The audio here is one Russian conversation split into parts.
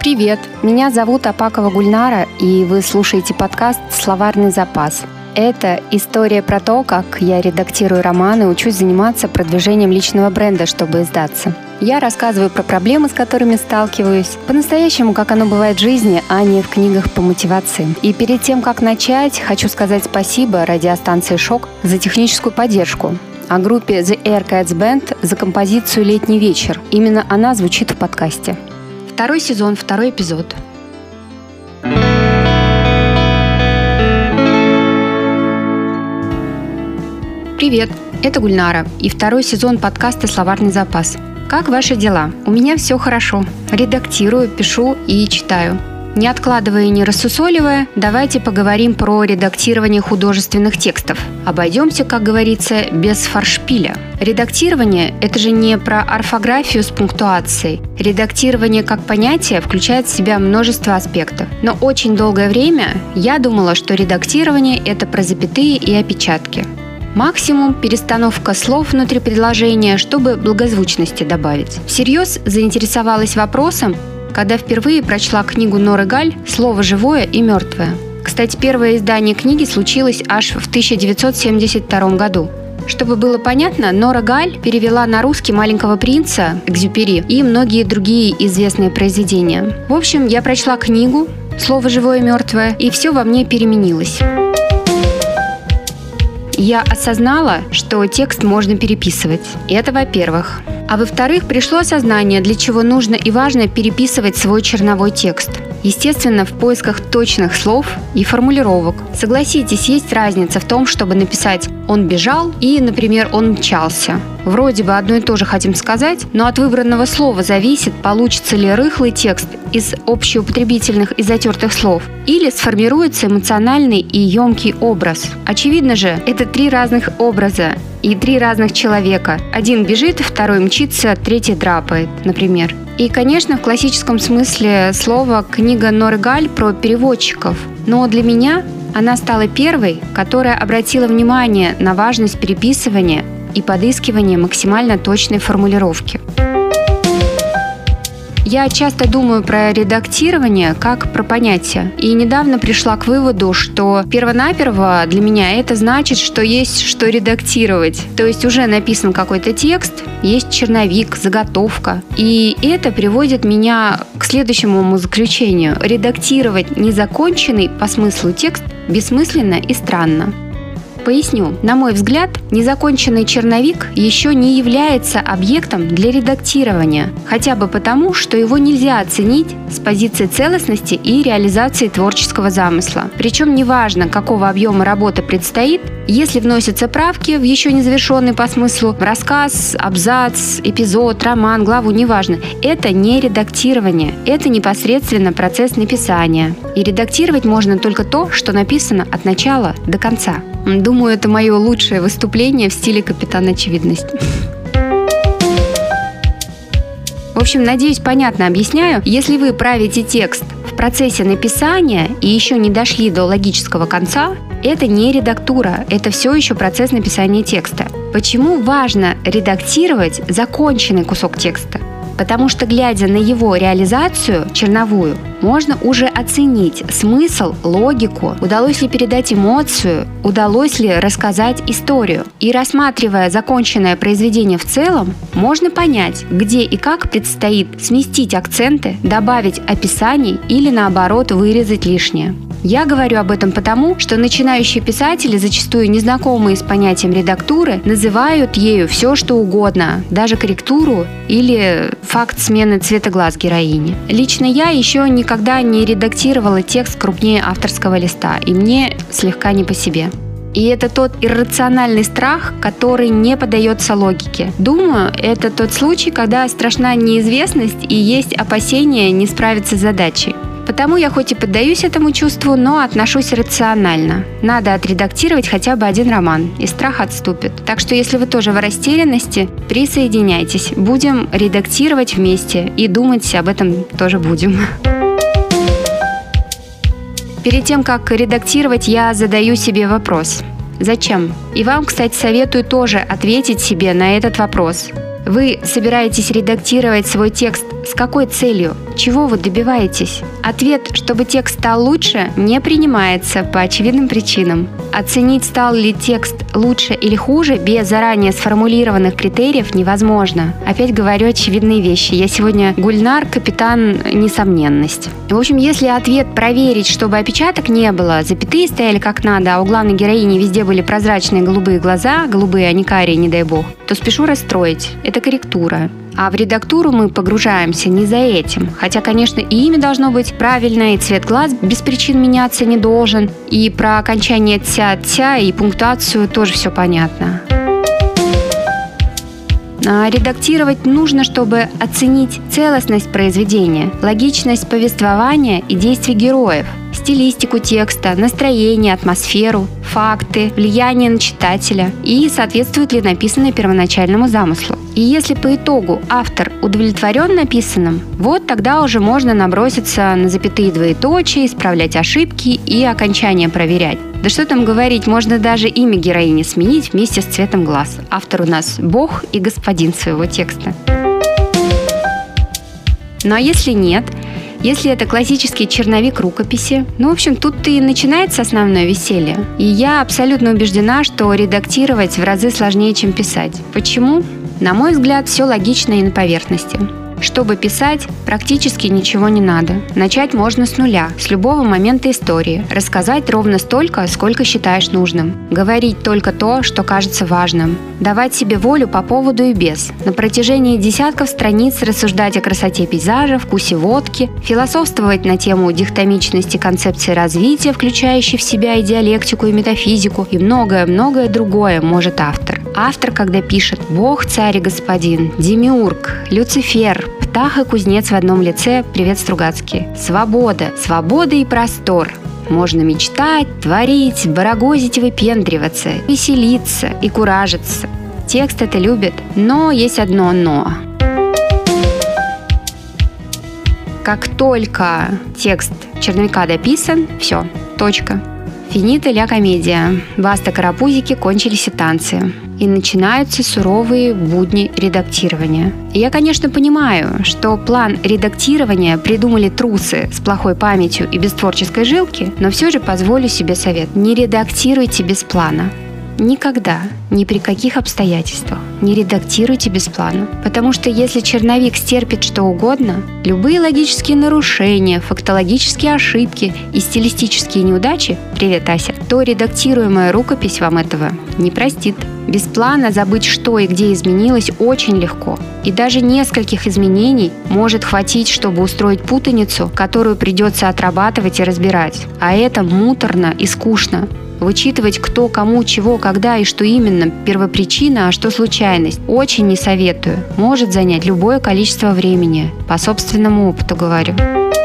Привет, меня зовут Апакова Гульнара, и вы слушаете подкаст «Словарный запас». Это история про то, как я редактирую романы, учусь заниматься продвижением личного бренда, чтобы издаться. Я рассказываю про проблемы, с которыми сталкиваюсь, по-настоящему, как оно бывает в жизни, а не в книгах по мотивации. И перед тем, как начать, хочу сказать спасибо радиостанции «Шок» за техническую поддержку, а группе The Aircats Band за композицию «Летний вечер». Именно она звучит в подкасте. Второй сезон, второй эпизод. Привет, это Гульнара и второй сезон подкаста «Словарный запас». Как ваши дела? У меня все хорошо. Редактирую, пишу и читаю. Не откладывая и не рассусоливая, давайте поговорим про редактирование художественных текстов. Обойдемся, как говорится, без форшпиля. Редактирование – это же не про орфографию с пунктуацией. Редактирование как понятие включает в себя множество аспектов. Но очень долгое время я думала, что редактирование – это про запятые и опечатки. Максимум – перестановка слов внутри предложения, чтобы благозвучности добавить. Всерьез заинтересовалась вопросом, когда впервые прочла книгу Норы Галь «Слово живое и мертвое». Кстати, первое издание книги случилось аж в 1972 году. Чтобы было понятно, Нора Галь перевела на русский «Маленького принца» Экзюпери и многие другие известные произведения. В общем, я прочла книгу «Слово живое и мертвое», и все во мне переменилось. Я осознала, что текст можно переписывать. Это во-первых. А во-вторых, пришло осознание, для чего нужно и важно переписывать свой черновой текст. Естественно, в поисках точных слов и формулировок. Согласитесь, есть разница в том, чтобы написать «он бежал» и, например, «он мчался». Вроде бы одно и то же хотим сказать, но от выбранного слова зависит, получится ли рыхлый текст из общеупотребительных и затертых слов, или сформируется эмоциональный и емкий образ. Очевидно же, это 3 разных образа и 3 разных человека. Один бежит, второй мчится, третий драпает, например. И, конечно, в классическом смысле слова книга Норы Галь про переводчиков. Но для меня она стала первой, которая обратила внимание на важность переписывания и подыскивания максимально точной формулировки. Я часто думаю про редактирование как про понятие. И недавно пришла к выводу, что первонаперво для меня это значит, что есть что редактировать. То есть уже написан какой-то текст, есть черновик, заготовка. И это приводит меня к следующему умозаключению. Редактировать незаконченный по смыслу текст бессмысленно и странно. Поясню. На мой взгляд, незаконченный черновик еще не является объектом для редактирования, хотя бы потому, что его нельзя оценить с позиции целостности и реализации творческого замысла. Причем неважно, какого объема работы предстоит, если вносятся правки в еще не завершенный по смыслу в рассказ, абзац, эпизод, роман, главу, неважно. Это не редактирование, это непосредственно процесс написания. И редактировать можно только то, что написано от начала до конца. Думаю, это мое лучшее выступление в стиле «Капитан Очевидность». В общем, надеюсь, понятно объясняю. Если вы правите текст в процессе написания и еще не дошли до логического конца, это не редактура, это все еще процесс написания текста. Почему важно редактировать законченный кусок текста? Потому что, глядя на его реализацию, черновую, можно уже оценить смысл, логику, удалось ли передать эмоцию, удалось ли рассказать историю. И рассматривая законченное произведение в целом, можно понять, где и как предстоит сместить акценты, добавить описаний или, наоборот, вырезать лишнее. Я говорю об этом потому, что начинающие писатели, зачастую незнакомые с понятием редактуры, называют ею все, что угодно, даже корректуру или факт смены цвета глаз героини. Лично я еще никогда не редактировала текст крупнее авторского листа, и мне слегка не по себе. И это тот иррациональный страх, который не поддается логике. Думаю, это тот случай, когда страшна неизвестность и есть опасения не справиться с задачей. Потому я хоть и поддаюсь этому чувству, но отношусь рационально. Надо отредактировать хотя бы один роман, и страх отступит. Так что если вы тоже в растерянности, присоединяйтесь. Будем редактировать вместе и думать об этом тоже будем. Перед тем, как редактировать, я задаю себе вопрос. Зачем? И вам, кстати, советую тоже ответить себе на этот вопрос. Вы собираетесь редактировать свой текст С какой целью? Чего вы добиваетесь? Ответ, чтобы текст стал лучше, не принимается по очевидным причинам. Оценить, стал ли текст лучше или хуже без заранее сформулированных критериев невозможно. Опять говорю очевидные вещи. Я сегодня Гульнар, капитан несомненность. В общем, если ответ проверить, чтобы опечаток не было, запятые стояли как надо, а у главной героини везде были прозрачные голубые глаза, голубые, а не карие, не дай бог, то спешу расстроить. Это корректура. А в редактуру мы погружаемся не за этим. Хотя, конечно, и имя должно быть правильное, и цвет глаз без причин меняться не должен. И про окончание «тя-тя» и пунктуацию тоже все понятно. А редактировать нужно, чтобы оценить целостность произведения, логичность повествования и действий героев, стилистику текста, настроение, атмосферу, факты, влияние на читателя и соответствует ли написанное первоначальному замыслу. И если по итогу автор удовлетворен написанным, вот тогда уже можно наброситься на запятые, двоеточия, исправлять ошибки и окончание проверять. Да что там говорить, можно даже имя героини сменить вместе с цветом глаз. Автор у нас бог и господин своего текста. Ну а если нет? Если это классический черновик рукописи, в общем, тут и начинается основное веселье. И я абсолютно убеждена, что редактировать в разы сложнее, чем писать. Почему? На мой взгляд, все логично и на поверхности. Чтобы писать, практически ничего не надо. Начать можно с нуля, с любого момента истории. Рассказать ровно столько, сколько считаешь нужным. Говорить только то, что кажется важным. Давать себе волю по поводу и без. На протяжении десятков страниц рассуждать о красоте пейзажа, вкусе водки, философствовать на тему дихотомичности концепции развития, включающей в себя и диалектику, и метафизику, и многое-многое другое может автор. Автор, когда пишет «Бог, царь и господин», «Демиург», «Люцифер», «Птах и кузнец в одном лице», привет, Стругацкий. Свобода, свобода и простор. Можно мечтать, творить, барагозить и выпендриваться, веселиться и куражиться. Текст это любит, но есть одно «но». Как только текст черновика дописан, все, точка. Финита ля комедия. Баста карапузики, кончились и танцы. И начинаются суровые будни редактирования. И я, конечно, понимаю, что план редактирования придумали трусы с плохой памятью и без творческой жилки, но все же позволю себе совет. Не редактируйте без плана. Никогда, ни при каких обстоятельствах не редактируйте без плана. Потому что если черновик стерпит что угодно, любые логические нарушения, фактологические ошибки и стилистические неудачи, привет, Ася, то редактируемая рукопись вам этого не простит. Без плана забыть, что и где изменилось, очень легко. И даже нескольких изменений может хватить, чтобы устроить путаницу, которую придется отрабатывать и разбирать. А это муторно и скучно. Вычитывать, кто, кому, чего, когда и что именно, первопричина, а что случайность, очень не советую. Может занять любое количество времени. По собственному опыту говорю.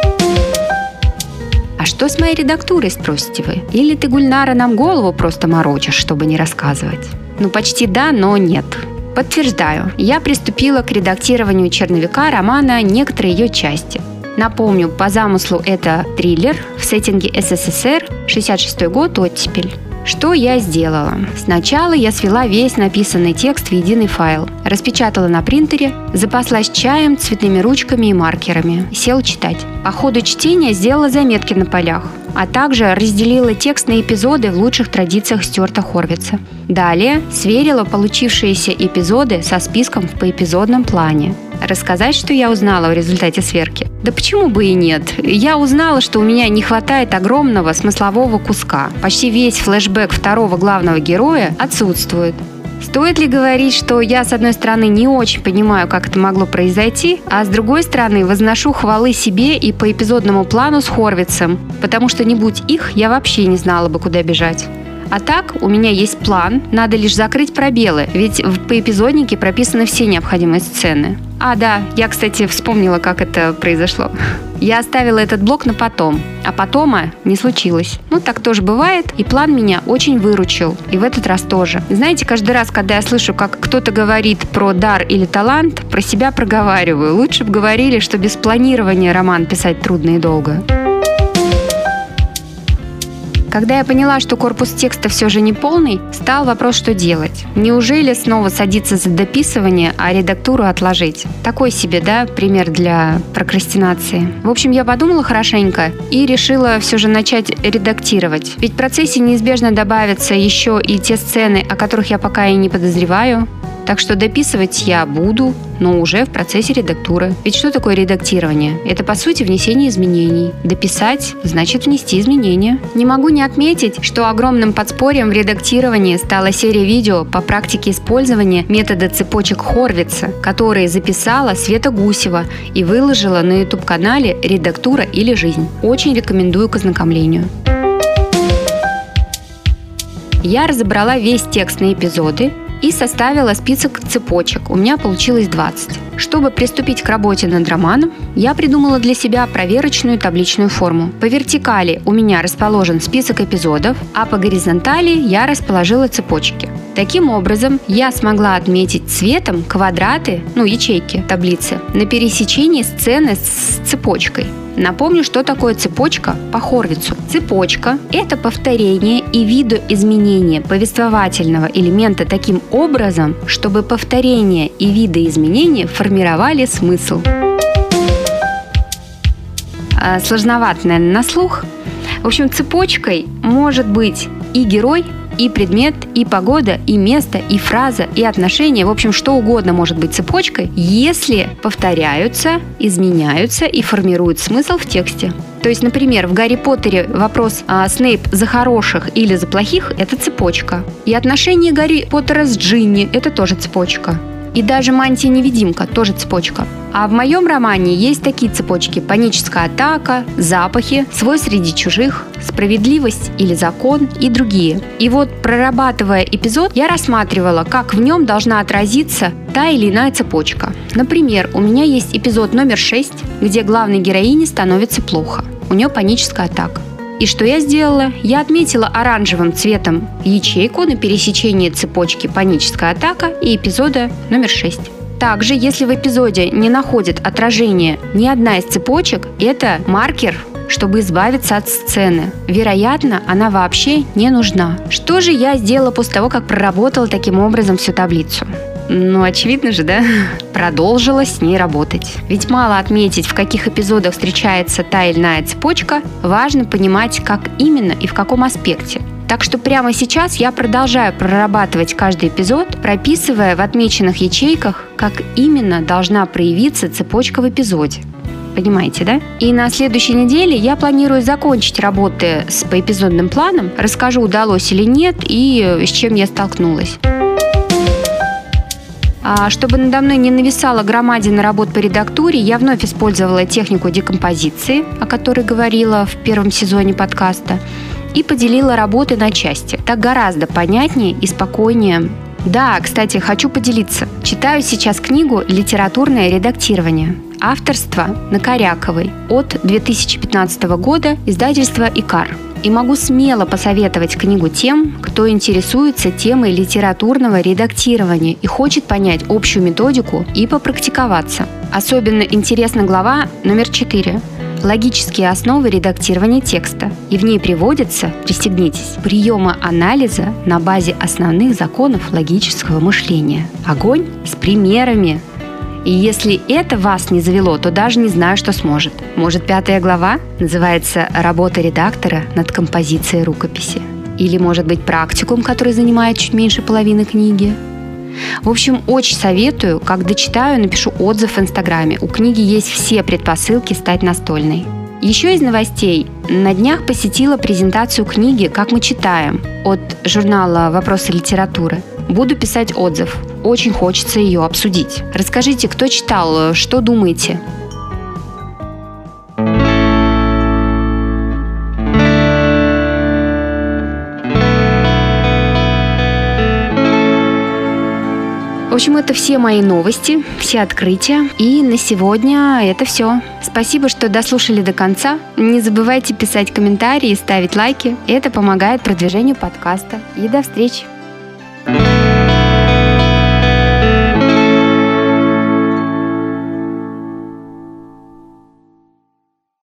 А что с моей редактурой, спросите вы? Или ты, Гульнара, нам голову просто морочишь, чтобы не рассказывать? Почти да, но нет. Подтверждаю, я приступила к редактированию черновика романа «Некоторые ее части». Напомню, по замыслу это триллер в сеттинге СССР, 66 год, оттепель. Что я сделала? Сначала я свела весь написанный текст в единый файл, распечатала на принтере, запаслась чаем, цветными ручками и маркерами, села читать. По ходу чтения сделала заметки на полях, а также разделила текст на эпизоды в лучших традициях Стюарта Хорвица. Далее сверила получившиеся эпизоды со списком в поэпизодном плане. Рассказать, что я узнала в результате сверки? Да почему бы и нет? Я узнала, что у меня не хватает огромного смыслового куска. Почти весь флешбэк второго главного героя отсутствует. Стоит ли говорить, что я, с одной стороны, не очень понимаю, как это могло произойти, а с другой стороны, возношу хвалы себе и по эпизодному плану с Хорвицем, потому что не будь их, я вообще не знала бы, куда бежать. А так, у меня есть план, надо лишь закрыть пробелы, ведь в поэпизоднике прописаны все необходимые сцены. А, да, я, кстати, вспомнила, как это произошло. Я оставила этот блок на потом, а потома не случилось. Так тоже бывает, и план меня очень выручил, и в этот раз тоже. Знаете, каждый раз, когда я слышу, как кто-то говорит про дар или талант, про себя проговариваю. Лучше бы говорили, что без планирования роман писать трудно и долго. Когда я поняла, что корпус текста все же не полный, стал вопрос, что делать. Неужели снова садиться за дописывание, а редактуру отложить? Такой себе, да, пример для прокрастинации. В общем, я подумала хорошенько и решила все же начать редактировать. Ведь в процессе неизбежно добавятся еще и те сцены, о которых я пока и не подозреваю. Так что дописывать я буду, но уже в процессе редактуры. Ведь что такое редактирование? Это, по сути, внесение изменений. Дописать – значит внести изменения. Не могу не отметить, что огромным подспорьем в редактировании стала серия видео по практике использования метода цепочек Хорвица, которые записала Света Гусева и выложила на YouTube-канале «Редактура или жизнь». Очень рекомендую к ознакомлению. Я разобрала весь текст на эпизоды и составила список цепочек. У меня получилось 20. Чтобы приступить к работе над романом, я придумала для себя проверочную табличную форму. По вертикали у меня расположен список эпизодов, а по горизонтали я расположила цепочки. Таким образом, я смогла отметить цветом квадраты, ячейки таблицы, на пересечении сцены с цепочкой. Напомню, что такое цепочка по Хорвицу. Цепочка – это повторение и видоизменение повествовательного элемента таким образом, чтобы повторение и видоизменение формировали смысл. Сложновато, наверное, на слух. В общем, цепочкой может быть и герой, и предмет, и погода, и место, и фраза, и отношения. В общем, что угодно может быть цепочкой, если повторяются, изменяются и формируют смысл в тексте. То есть, например, в «Гарри Поттере» вопрос «Снейп за хороших или за плохих» – это цепочка. И отношения Гарри Поттера с Джинни – это тоже цепочка. И даже «Мантия-невидимка» тоже цепочка. А в моем романе есть такие цепочки: паническая атака, запахи, свой среди чужих, справедливость или закон и другие. И вот, прорабатывая эпизод, я рассматривала, как в нем должна отразиться та или иная цепочка. Например, у меня есть эпизод номер 6, где главной героине становится плохо. У нее паническая атака. И что я сделала? Я отметила оранжевым цветом ячейку на пересечении цепочки «Паническая атака» и эпизода номер 6. Также, если в эпизоде не находит отражения ни одна из цепочек, это маркер, чтобы избавиться от сцены. Вероятно, она вообще не нужна. Что же я сделала после того, как проработала таким образом всю таблицу? Очевидно же, да? Продолжила с ней работать. Ведь мало отметить, в каких эпизодах встречается та или иная цепочка, важно понимать, как именно и в каком аспекте. Так что прямо сейчас я продолжаю прорабатывать каждый эпизод, прописывая в отмеченных ячейках, как именно должна проявиться цепочка в эпизоде. Понимаете, да? И на следующей неделе я планирую закончить работы с поэпизодным планом, расскажу, удалось или нет и с чем я столкнулась. Чтобы надо мной не нависала громадина работ по редактуре, я вновь использовала технику декомпозиции, о которой говорила в первом сезоне подкаста, и поделила работы на части. Так гораздо понятнее и спокойнее. Да, кстати, хочу поделиться. Читаю сейчас книгу «Литературное редактирование». Авторство Накоряковой от 2015 года, издательство «Икар». И могу смело посоветовать книгу тем, кто интересуется темой литературного редактирования и хочет понять общую методику и попрактиковаться. Особенно интересна глава номер 4 «Логические основы редактирования текста». И в ней приводятся, пристегнитесь, приемы анализа на базе основных законов логического мышления. Огонь с примерами. И если это вас не завело, то даже не знаю, что сможет. Может, 5 глава называется «Работа редактора над композицией рукописи». Или, может быть, практикум, который занимает чуть меньше половины книги. В общем, очень советую. Как дочитаю, напишу отзыв в Инстаграме. У книги есть все предпосылки стать настольной. Еще из новостей. На днях посетила презентацию книги «Как мы читаем» от журнала «Вопросы литературы». Буду писать отзыв. Очень хочется ее обсудить. Расскажите, кто читал, что думаете? В общем, это все мои новости, все открытия. И на сегодня это все. Спасибо, что дослушали до конца. Не забывайте писать комментарии и ставить лайки. Это помогает продвижению подкаста. И до встречи!